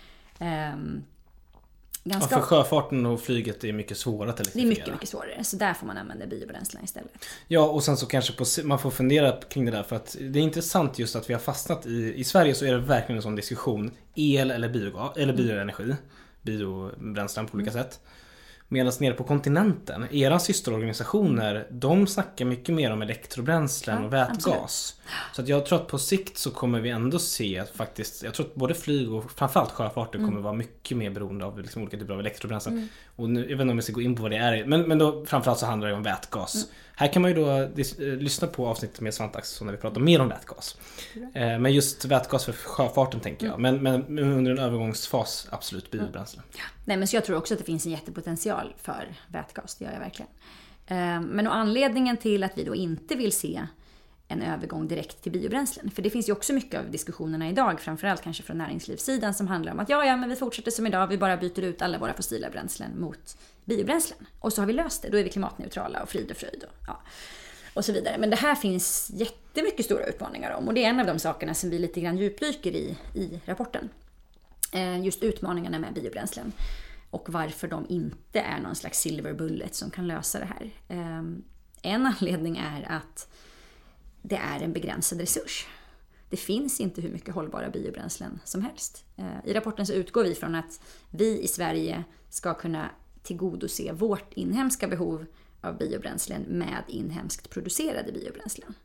För sjöfarten och flyget är mycket svårare att elektrifiera. Det är mycket, mycket svårare. Så där får man använda biobränslen istället. Ja, och sen så kanske man får fundera kring det där. För att det är intressant just att vi har fastnat i Sverige, så är det verkligen en sån diskussion. El eller bioenergi. Biobränslen på olika sätt. Medan nere på kontinenten, era systerorganisationer, de snackar mycket mer om elektrobränslen och vätgas. Absolut. Så att jag tror att på sikt så kommer vi ändå se att faktiskt, jag tror att både flyg och framförallt sjöfarten kommer vara mycket mer beroende av liksom olika typer av elektrobränslen. Och nu, jag vet inte om vi ska gå in på vad det är, men då framförallt så handlar det om vätgas. Här kan man ju då lyssna på avsnittet med Svante Axelsson när vi pratar mer om vätgas. Men just vätgas för sjöfarten tänker jag. Men under en övergångsfas absolut biobränsle. Nej, men så jag tror också att det finns en jättepotential för vätgas, det gör jag verkligen. Men och anledningen till att vi då inte vill se en övergång direkt till biobränslen, för det finns ju också mycket av diskussionerna idag, framförallt kanske från näringslivssidan, som handlar om att men vi fortsätter som idag, vi bara byter ut alla våra fossila bränslen mot biobränslen. Och så har vi löst det, då är vi klimatneutrala och frid och fröjd och så vidare. Men det här finns jättemycket stora utmaningar om, och det är en av de sakerna som vi lite grann djupdyker i rapporten. Just utmaningarna med biobränslen och varför de inte är någon slags silver bullet som kan lösa det här. En anledning är att det är en begränsad resurs. Det finns inte hur mycket hållbara biobränslen som helst. I rapporten så utgår vi från att vi i Sverige ska kunna tillgodose vårt inhemska behov av biobränslen med inhemskt producerade biobränslen.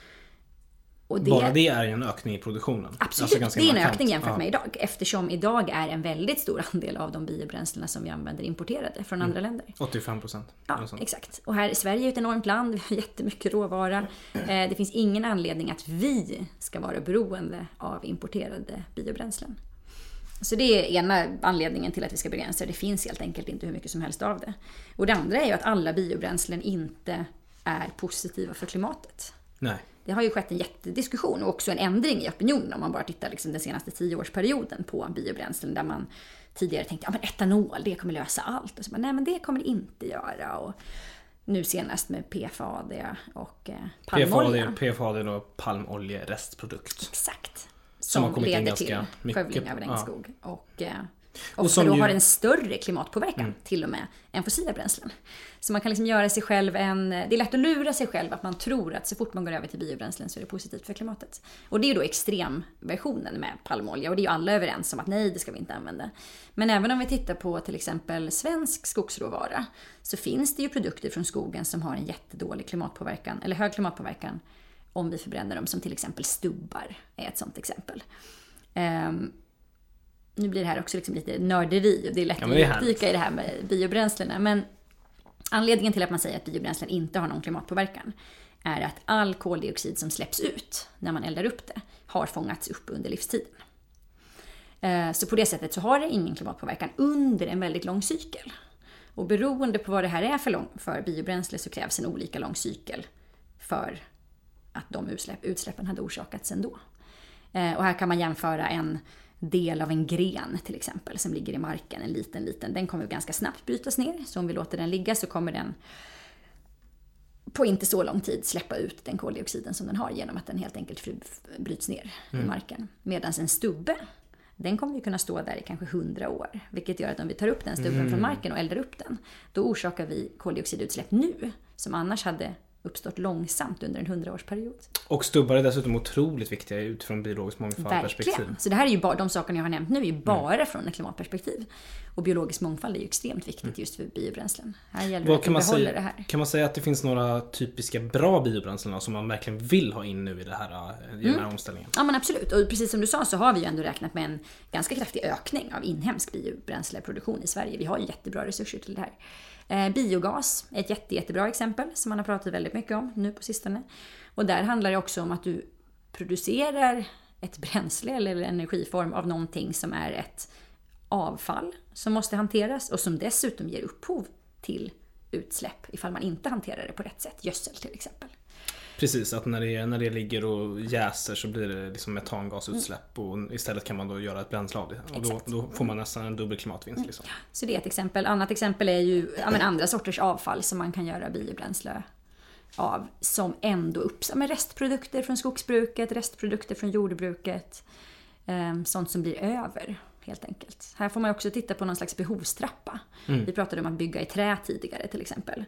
Och bara det är en ökning i produktionen. Absolut, alltså det är en ökning jämfört med idag. Eftersom idag är en väldigt stor andel av de biobränslena som vi använder importerade från andra länder. 85%. Ja, exakt. Och här i Sverige är ett enormt land. Vi har jättemycket råvara. Det finns ingen anledning att vi ska vara beroende av importerade biobränslen. Så det är ena anledningen till att vi ska begränsa. Det finns helt enkelt inte hur mycket som helst av det. Och det andra är ju att alla biobränslen inte är positiva för klimatet. Nej. Det har ju skett en jättediskussion och också en ändring i opinionen om man bara tittar liksom den senaste 10-årsperioden på biobränslen, där man tidigare tänkte men etanol, det kommer lösa allt. Och så bara, nej men det kommer det inte göra. Och nu senast med PFAD och palmolja. PFAD är då palmoljerestprodukt. Exakt. Som leder till skövling av regnskog. Och som då har en större klimatpåverkan till och med än fossila bränslen. Så man kan liksom göra sig själv det är lätt att lura sig själv att man tror att så fort man går över till biobränslen så är det positivt för klimatet. Och det är ju då extremversionen med palmolja, och det är ju alla överens om att nej, det ska vi inte använda. Men även om vi tittar på till exempel svensk skogsråvara, så finns det ju produkter från skogen som har en jättedålig klimatpåverkan eller hög klimatpåverkan om vi förbränner dem, som till exempel stubbar är ett sånt exempel. Nu blir det här också liksom lite nörderi och det är lätt att dyka i det här med biobränslena. Men Anledningen till att man säger att biobränslen inte har någon klimatpåverkan är att all koldioxid som släpps ut när man eldar upp det har fångats upp under livstiden. Så på det sättet så har det ingen klimatpåverkan under en väldigt lång cykel. Och beroende på vad det här är för biobränsle så krävs en olika lång cykel för att de utsläppen hade orsakats ändå. Och här kan man jämföra en del av en gren till exempel som ligger i marken, en liten. Den kommer ganska snabbt brytas ner. Så om vi låter den ligga så kommer den på inte så lång tid släppa ut den koldioxiden som den har genom att den helt enkelt bryts ner i marken. Medan en stubbe, den kommer ju kunna stå där i kanske 100 år. Vilket gör att om vi tar upp den stubben från marken och eldar upp den, då orsakar vi koldioxidutsläpp nu som annars hade uppstått långsamt under en 100-årsperiod. Och stubbar är dessutom otroligt viktiga utifrån biologisk mångfald-perspektiv. Verkligen. Så det här är ju bara, de sakerna jag har nämnt nu är ju bara från ett klimatperspektiv. Och biologisk mångfald är ju extremt viktigt just för biobränslen. Här gäller det att vi behåller det här. Kan man säga att det finns några typiska bra biobränslen som man verkligen vill ha in nu i den här omställningen? Ja men absolut. Och precis som du sa så har vi ju ändå räknat med en ganska kraftig ökning av inhemsk biobränsleproduktion i Sverige. Vi har ju jättebra resurser till det här. Biogas är ett jättebra exempel som man har pratat väldigt mycket om nu på sistone. Och där handlar det också om att du producerar ett bränsle eller energiform av någonting som är ett avfall som måste hanteras och som dessutom ger upphov till utsläpp ifall man inte hanterar det på rätt sätt. Gödsel till exempel. Precis, att när det ligger och jäser så blir det liksom metangasutsläpp och istället kan man då göra ett bränsle av det. Och då får man nästan en dubbel klimatvinst. Liksom. Så det är ett exempel. Annat exempel är ju andra sorters avfall som man kan göra biobränsle av som ändå med restprodukter från skogsbruket, restprodukter från jordbruket, sånt som blir över helt enkelt. Här får man också titta på någon slags behovstrappa. Vi pratade om att bygga i trä tidigare till exempel.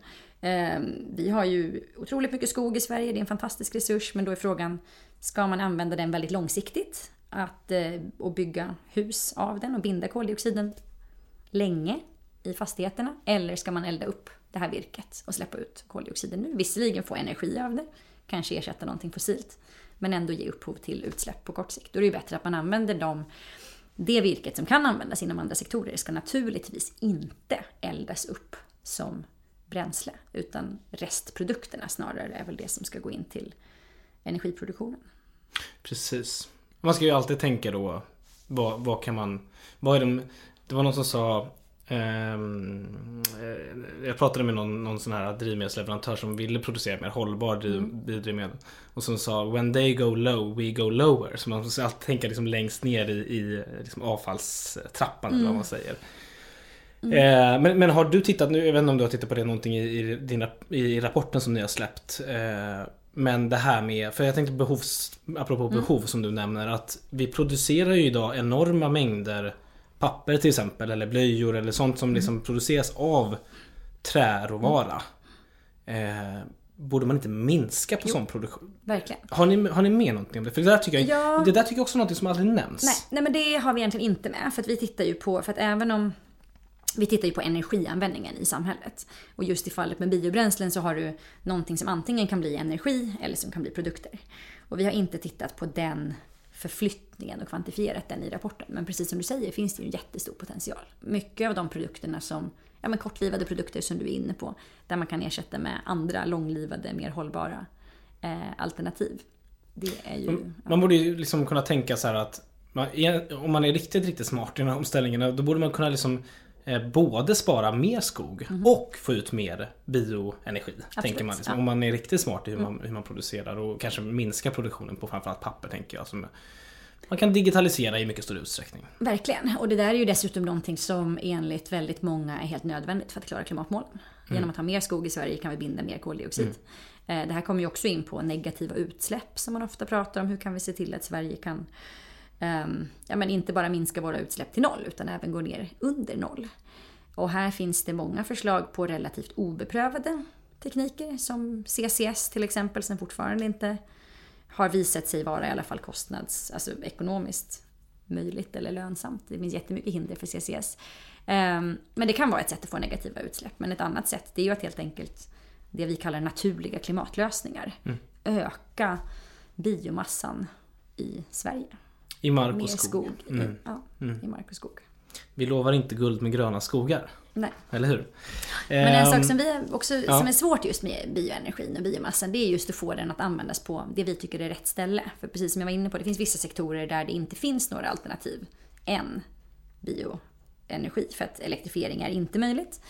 Vi har ju otroligt mycket skog i Sverige, det är en fantastisk resurs, men då är frågan, ska man använda den väldigt långsiktigt och bygga hus av den och binda koldioxiden länge i fastigheterna, eller ska man elda upp det här virket och släppa ut koldioxiden nu? Visserligen få energi av det, kanske ersätta någonting fossilt, men ändå ge upphov till utsläpp på kort sikt. Då är det ju bättre att man använder det virket som kan användas inom andra sektorer ska naturligtvis inte eldas upp som bränsle, utan restprodukterna snarare är väl det som ska gå in till energiproduktionen. Precis. Man ska ju alltid tänka då, vad är det var någon som sa, jag pratade med någon sån här drivmedelsleverantör som ville producera mer hållbar biodrivmedel och som sa, when they go low, we go lower. Så man måste alltid tänka liksom längst ner i liksom avfallstrappan eller vad man säger. Men har du tittat nu, jag vet inte om du har tittat på det någonting i rapporten som ni har släppt, men det här med, för jag tänkte apropå behov som du nämner, att vi producerar ju idag enorma mängder papper till exempel, eller blöjor eller sånt som liksom produceras av träråvara. Borde man inte minska på sån produktion? Verkligen. Har ni med någonting om det? För det där tycker jag också är något som aldrig nämns. Nej, men det har vi egentligen inte med, för att vi tittar ju på, för att även om vi tittar ju på energianvändningen i samhället. Och just i fallet med biobränslen så har du någonting som antingen kan bli energi eller som kan bli produkter. Och vi har inte tittat på den förflyttningen och kvantifierat den i rapporten. Men precis som du säger finns det ju en jättestor potential. Mycket av de produkterna som, kortlivade produkter som du är inne på, där man kan ersätta med andra långlivade, mer hållbara alternativ. Det är ju... Man borde ju liksom kunna tänka så här att om man är riktigt smart i de här omställningarna, då borde man kunna liksom både spara mer skog och få ut mer bioenergi. Absolut, tänker man liksom. Om man är riktigt smart i hur man producerar och kanske minska produktionen på framförallt papper, tänker jag. Som man kan digitalisera i mycket större utsträckning. Verkligen, och det där är ju dessutom någonting som enligt väldigt många är helt nödvändigt för att klara klimatmålen. Genom att ha mer skog i Sverige kan vi binda mer koldioxid. Det här kommer ju också in på negativa utsläpp som man ofta pratar om. Hur kan vi se till att Sverige kan inte bara minska våra utsläpp till noll utan även gå ner under noll. Och här finns det många förslag på relativt obeprövade tekniker som CCS till exempel, som fortfarande inte har visat sig vara i alla fall ekonomiskt möjligt eller lönsamt. Det finns jättemycket hinder för CCS. Men det kan vara ett sätt att få negativa utsläpp. Men ett annat sätt, det är ju att helt enkelt det vi kallar naturliga klimatlösningar öka biomassan i Sverige. I mark och skog. I mark och skog. vi lovar inte guld med gröna skogar. Nej. Eller hur? Men en sak som vi också, som är svårt just med bioenergin och biomassan, det är just att få den att användas på det vi tycker är rätt ställe. För precis som jag var inne på, det finns vissa sektorer där det inte finns några alternativ än bioenergi, för att elektrifiering är inte möjligt.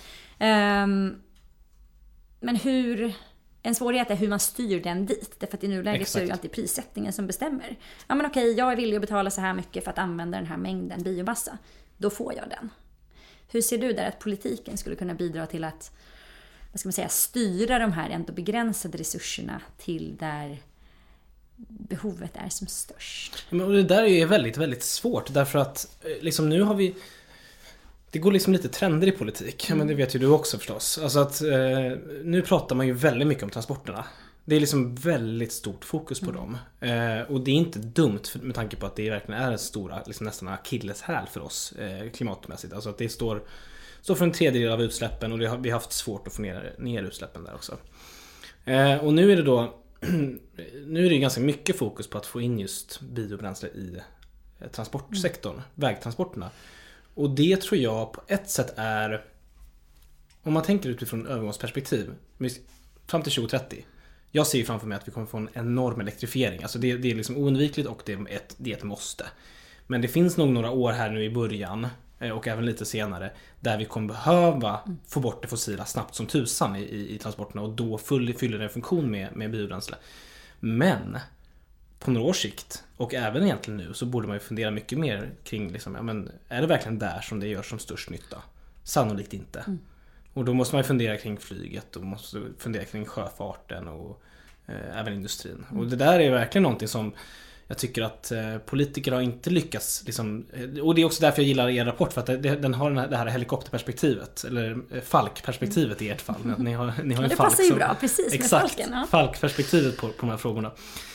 Men en svårighet är hur man styr den dit. Därför att i nuläget så är det ju alltid prissättningen som bestämmer. Ja men okej, jag är villig att betala så här mycket för att använda den här mängden biomassa. Då får jag den. Hur ser du där att politiken skulle kunna bidra till att, vad ska man säga, styra de här ändå begränsade resurserna till där behovet är som störst? Men det där är ju väldigt, väldigt svårt. Därför att liksom nu har vi... Det går liksom lite trender i politik. Men det vet ju du också förstås. Alltså att nu pratar man ju väldigt mycket om transporterna. Det är liksom väldigt stort fokus på dem. Och det är inte dumt med tanke på att det verkligen är en stor, liksom nästan akilleshäl för oss klimatmässigt. Alltså att det står för en tredjedel av utsläppen och vi har haft svårt att få ner utsläppen där också. Och nu är det då ganska mycket fokus på att få in just biobränsle i transportsektorn, vägtransporterna. Och det tror jag på ett sätt är, om man tänker utifrån övergångsperspektiv, fram till 2030. Jag ser framför mig att vi kommer få en enorm elektrifiering. Alltså det är liksom oundvikligt och det är ett måste. Men det finns nog några år här nu i början och även lite senare där vi kommer behöva få bort det fossila snabbt som tusan i transporterna och då fyller det en funktion med biobränsle. Men på några års sikt och även egentligen nu så borde man ju fundera mycket mer kring liksom, ja, men är det verkligen där som det gör som störst nytta? Sannolikt inte. Och då måste man ju fundera kring flyget och måste fundera kring sjöfarten och även industrin. Och det där är verkligen någonting som jag tycker att politiker har inte lyckats liksom, och det är också därför jag gillar er rapport, för att den har det här helikopterperspektivet eller falkperspektivet i ert fall. Ni har en det falk passar ju som, bra, precis, exakt, med falken. Ja. Falkperspektivet på de här frågorna.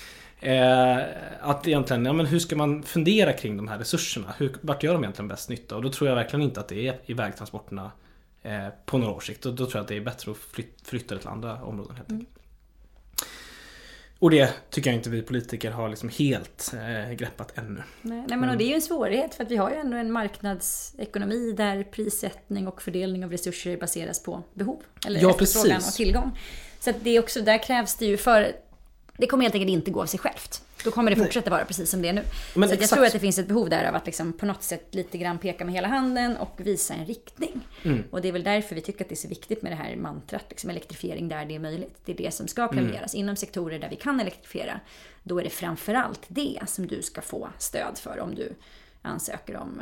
Att egentligen, ja, men hur ska man fundera kring de här resurserna? Vart gör de egentligen bäst nytta? Och då tror jag verkligen inte att det är i vägtransporterna på några års sikt. Och då tror jag att det är bättre att flytta det till andra områden helt enkelt. Och det tycker jag inte vi politiker har liksom helt greppat ännu. Nej, men och det är ju en svårighet, för att vi har ju ändå en marknadsekonomi där prissättning och fördelning av resurser baseras på behov. Eller efterfrågan och tillgång. Så att det är också, där krävs det ju det kommer helt enkelt inte gå av sig självt. Då kommer det fortsätta vara precis som det är nu. Men så jag tror att det finns ett behov där av att liksom på något sätt lite grann peka med hela handen och visa en riktning. Och det är väl därför vi tycker att det är så viktigt med det här mantrat, liksom elektrifiering där det är möjligt. Det är det som ska premieras. Inom sektorer där vi kan elektrifiera, då är det framförallt det som du ska få stöd för om du ansöker om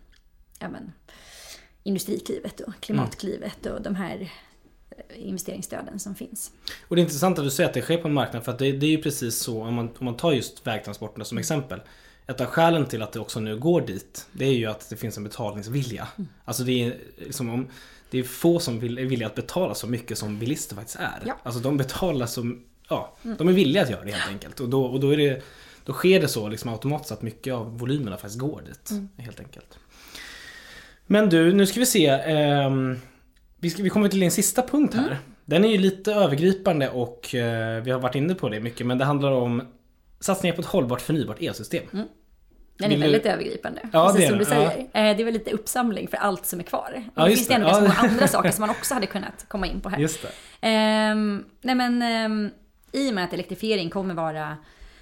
industriklivet och klimatklivet och de här investeringsstöden som finns. Och det är intressant att du säger att det sker på en marknad, för att det är ju precis så om man tar just vägtransporterna som exempel. Ett av skälen till att det också nu går dit, det är ju att det finns en betalningsvilja. Alltså det är liksom det är få som är villiga att betala så mycket som bilister faktiskt är. Ja. Alltså de betalar som de är villiga att göra det helt enkelt. Och då sker det så liksom automatiskt att mycket av volymerna faktiskt går dit helt enkelt. Men du, nu ska vi se. Vi kommer till en sista punkt här. Den är ju lite övergripande och vi har varit inne på det mycket, men det handlar om satsningar på ett hållbart förnybart elsystem. Den är väldigt övergripande, precis som du säger. Det är väl lite uppsamling för allt som är kvar. Det finns det ändå ganska andra saker som man också hade kunnat komma in på här. Just det. I och med att elektrifiering kommer vara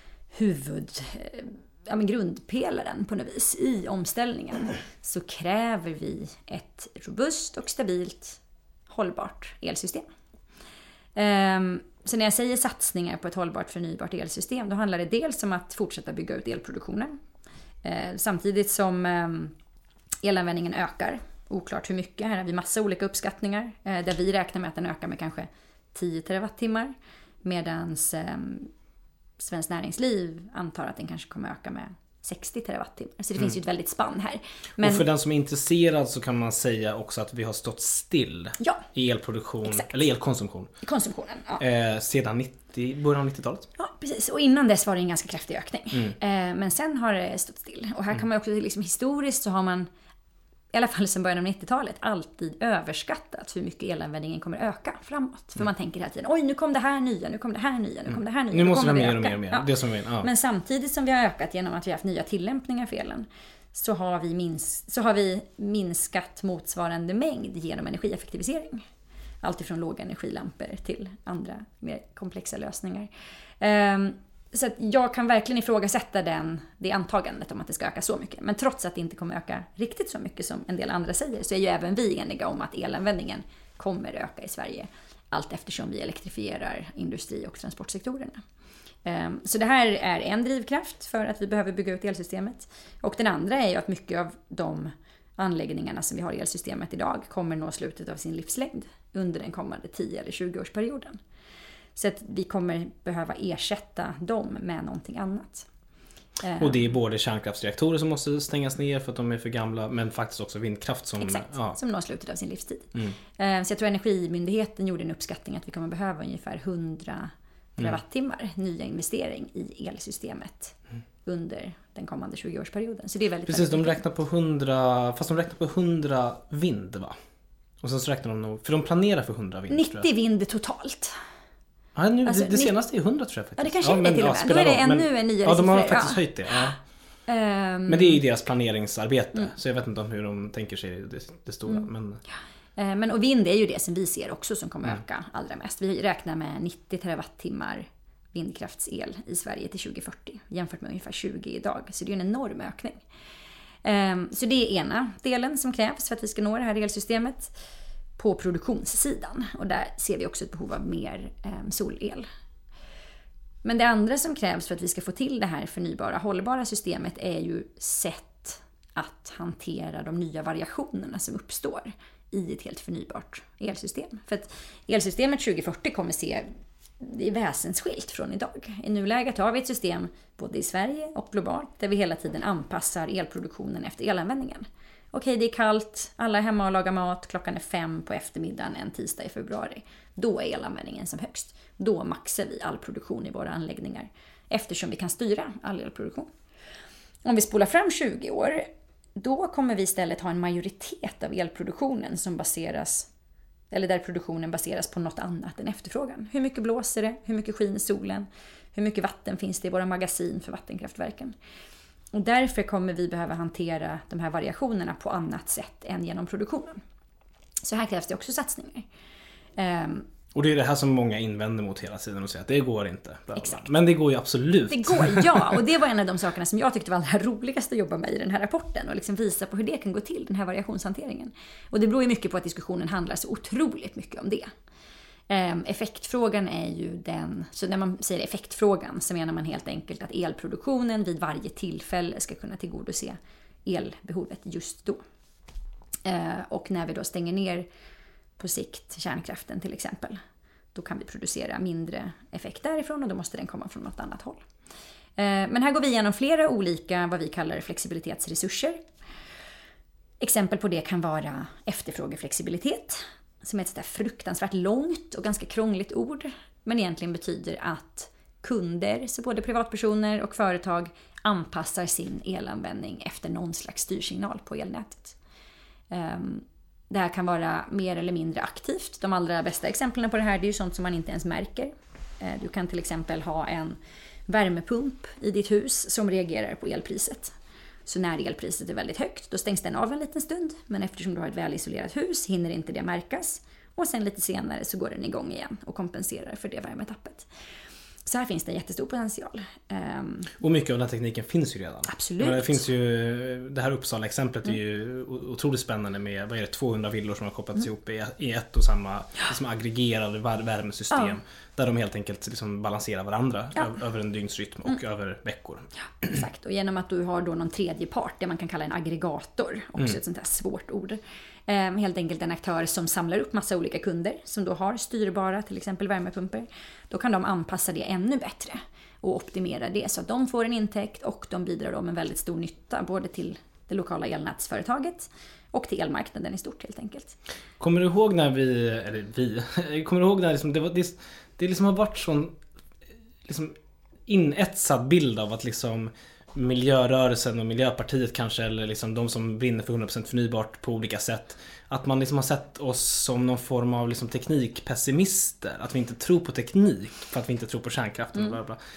grundpelaren på något vis i omställningen, så kräver vi ett robust och stabilt hållbart elsystem. Så när jag säger satsningar på ett hållbart förnybart elsystem, då handlar det dels om att fortsätta bygga ut elproduktionen samtidigt som elanvändningen ökar. Oklart hur mycket, här har vi massa olika uppskattningar där vi räknar med att den ökar med kanske 10 terawattimmar, medan Svenskt Näringsliv antar att den kanske kommer öka med 60 terawattimmar. Så det finns ju ett väldigt spann här. Men, och för den som är intresserad så kan man säga också att vi har stått still i elproduktion, eller elkonsumtion. Konsumtionen, sedan början av 90-talet. Ja, precis. Och innan dess var det en ganska kraftig ökning. Men sen har det stått still. Och här kan man också, liksom, historiskt så har man, i alla fall sedan början av 90-talet, alltid överskattat hur mycket elanvändningen kommer öka framåt. För man tänker hela tiden, oj, nu kom det här nya, nu kom det här nya, nu kom det här nya. Nu måste det mer och mer. Det som Men samtidigt som vi har ökat genom att vi har haft nya tillämpningar för elen, så har vi minskat motsvarande mängd genom energieffektivisering. Allt ifrån låga energilampor till andra mer komplexa lösningar. Så att jag kan verkligen ifrågasätta det antagandet om att det ska öka så mycket. Men trots att det inte kommer öka riktigt så mycket som en del andra säger, så är ju även vi eniga om att elanvändningen kommer öka i Sverige allt eftersom vi elektrifierar industri- och transportsektorerna. Så det här är en drivkraft för att vi behöver bygga ut elsystemet. Och den andra är ju att mycket av de anläggningarna som vi har i elsystemet idag kommer nå slutet av sin livslängd under den kommande 10 eller 20-årsperioden. Så att vi kommer behöva ersätta dem med någonting annat. Och det är både kärnkraftsreaktorer som måste stängas ner för att de är för gamla, men faktiskt också vindkraft som når slutet av sin livstid. Så jag tror Energimyndigheten gjorde en uppskattning att vi kommer behöva ungefär 100 terawattimmar nya investering i elsystemet under den kommande 20-årsperioden. Så det är väldigt precis, väldigt de räknar på 100, fast de räknar på 100 vind, va? Och sen så räknar de nog, för de planerar för 100 vind. 90 vind totalt. Ja, nu, det senaste är 100 tror jag faktiskt. Ja, det kanske är det till och med. Då är det ännu en nyare Ja, de har siffror. faktiskt höjt det. Ja. Men det är ju deras planeringsarbete. Så jag vet inte om hur de tänker sig det stora. Och vind är ju det som vi ser också som kommer öka allra mest. Vi räknar med 90 terawattimmar vindkraftsel i Sverige till 2040 jämfört med ungefär 20 idag. Så det är en enorm ökning. Så det är ena delen som krävs för att vi ska nå det här elsystemet på produktionssidan. Och där ser vi också ett behov av mer solel. Men det andra som krävs för att vi ska få till det här förnybara, hållbara systemet är ju sätt att hantera de nya variationerna som uppstår i ett helt förnybart elsystem. För att elsystemet 2040 kommer se det är väsensskilt från idag. I nuläget har vi ett system både i Sverige och globalt där vi hela tiden anpassar elproduktionen efter elanvändningen. Okej, det är kallt, alla är hemma och lagar mat, klockan är 5 på eftermiddagen en tisdag i februari. Då är elanvändningen som högst. Då maxar vi all produktion i våra anläggningar eftersom vi kan styra all elproduktion. Om vi spolar fram 20 år, då kommer vi istället ha en majoritet av elproduktionen som där produktionen baseras på något annat än efterfrågan. Hur mycket blåser det? Hur mycket skiner solen? Hur mycket vatten finns det i våra magasin för vattenkraftverken? Och därför kommer vi behöva hantera de här variationerna på annat sätt än genom produktionen. Så här krävs det också satsningar. Och det är det här som många invänder mot hela tiden och säger att det går inte. Exakt. Men det går ju absolut. Det går, ja. Och det var en av de sakerna som jag tyckte var allra roligast att jobba med i den här rapporten. Och liksom visa på hur det kan gå till, den här variationshanteringen. Och det beror ju mycket på att diskussionen handlar så otroligt mycket om det. Effektfrågan är ju den, så när man säger effektfrågan så menar man helt enkelt att elproduktionen vid varje tillfälle ska kunna tillgodose elbehovet just då. Och när vi då stänger ner på sikt kärnkraften till exempel, då kan vi producera mindre effekt därifrån och då måste den komma från något annat håll. Men här går vi igenom flera olika vad vi kallar flexibilitetsresurser. Exempel på det kan vara efterfrågeflexibilitet, som är ett fruktansvärt långt och ganska krångligt ord, men egentligen betyder att kunder, så både privatpersoner och företag, anpassar sin elanvändning efter någon slags styrsignal på elnätet. Det här kan vara mer eller mindre aktivt. De allra bästa exemplen på det här, det är ju sånt som man inte ens märker. Du kan till exempel ha en värmepump i ditt hus som reagerar på elpriset. Så när elpriset är väldigt högt, då stängs den av en liten stund. Men eftersom du har ett välisolerat hus hinner inte det märkas. Och sen lite senare så går den igång igen och kompenserar för det värmetappet. Så här finns det en jättestor potential. Och mycket av den här tekniken finns ju redan. Absolut. Men det finns ju, det här Uppsala-exemplet är ju otroligt spännande med 200 villor som har kopplats ihop i ett och samma liksom aggregerade värmesystem. Ja. Där de helt enkelt liksom balanserar varandra över en dygnsrytm och över veckor. Ja, exakt. Och genom att du har då någon tredje part, det man kan kalla en aggregator, också ett sånt här svårt ord. Helt enkelt en aktör som samlar upp massa olika kunder som då har styrbara till exempel värmepumper. Då kan de anpassa det ännu bättre och optimera det så att de får en intäkt och de bidrar då med väldigt stor nytta både till det lokala elnätsföretaget och till elmarknaden i stort helt enkelt. Kommer du ihåg när kommer du ihåg när liksom, det liksom har varit sån liksom inetsad bild av att liksom miljörörelsen och Miljöpartiet kanske, eller liksom de som brinner för 100% förnybart på olika sätt, att man liksom har sett oss som någon form av liksom teknikpessimister, att vi inte tror på teknik för att vi inte tror på kärnkraften och bla bla.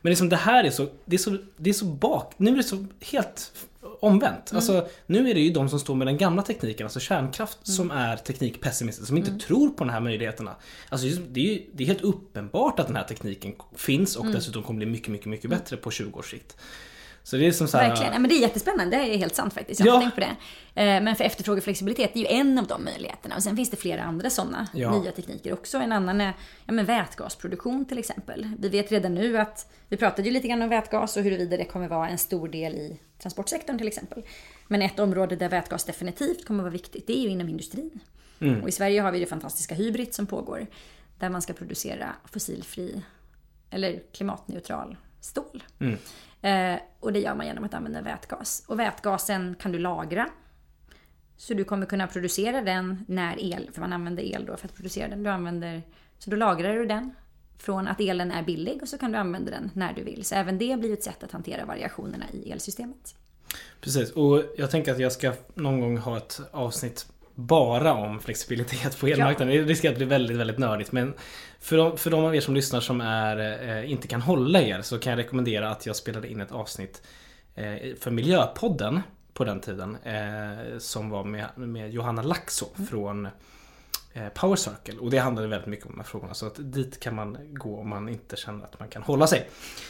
Men liksom det här är så nu är det så helt omvänt. Alltså nu är det ju de som står med den gamla tekniken, alltså kärnkraft, som är teknikpessimister, som inte tror på de här möjligheterna. Alltså det är helt uppenbart att den här tekniken finns och dessutom kommer bli mycket, mycket, mycket bättre på 20 års sikt. Så det är som så här... Verkligen, men det är jättespännande, det är helt sant faktiskt. Jag har tänkt på det. Men för efterfrågeflexibilitet är ju en av de möjligheterna. Och sen finns det flera andra sådana nya tekniker också. En annan är vätgasproduktion till exempel. Vi vet redan nu att, vi pratade ju lite grann om vätgas och huruvida det kommer vara en stor del i transportsektorn till exempel. Men ett område där vätgas definitivt kommer vara viktigt, det är ju inom industrin. Och i Sverige har vi det fantastiska Hybrid som pågår. Där man ska producera fossilfri eller klimatneutral stål. Och det gör man genom att använda vätgas. Och vätgasen kan du lagra. Så du kommer kunna producera den när för man använder el då för att producera den. Så då lagrar du den från att elen är billig och så kan du använda den när du vill. Så även det blir ett sätt att hantera variationerna i elsystemet. Precis, och jag tänker att jag ska någon gång ha ett avsnitt bara om flexibilitet på elmarknaden. Det riskerar att bli väldigt, väldigt nördigt. Men för de av er som lyssnar som inte kan hålla er, så kan jag rekommendera att jag spelade in ett avsnitt för Miljöpodden på den tiden, som var med Johanna Laxå från Power Circle. Och det handlade väldigt mycket om de här frågorna. Så att dit kan man gå om man inte känner att man kan hålla sig.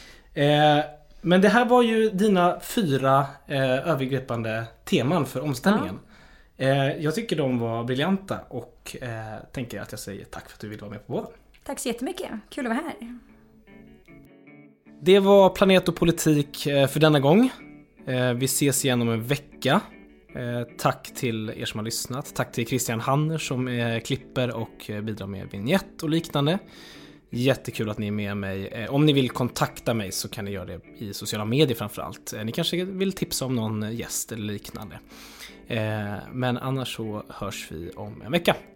Men det här var ju dina 4 övergripande teman för omställningen. Jag tycker de var briljanta och tänker att jag säger tack för att du ville vara med på båda. Tack så jättemycket, kul att vara här. Det var Planet och politik för denna gång. Vi ses igen om en vecka. Tack till er som har lyssnat. Tack till Christian Hanner som klipper och bidrar med vignett och liknande. Jättekul att ni är med mig. Om ni vill kontakta mig så kan ni göra det i sociala medier framförallt. Ni kanske vill tipsa om någon gäst eller liknande. Men annars så hörs vi om en vecka.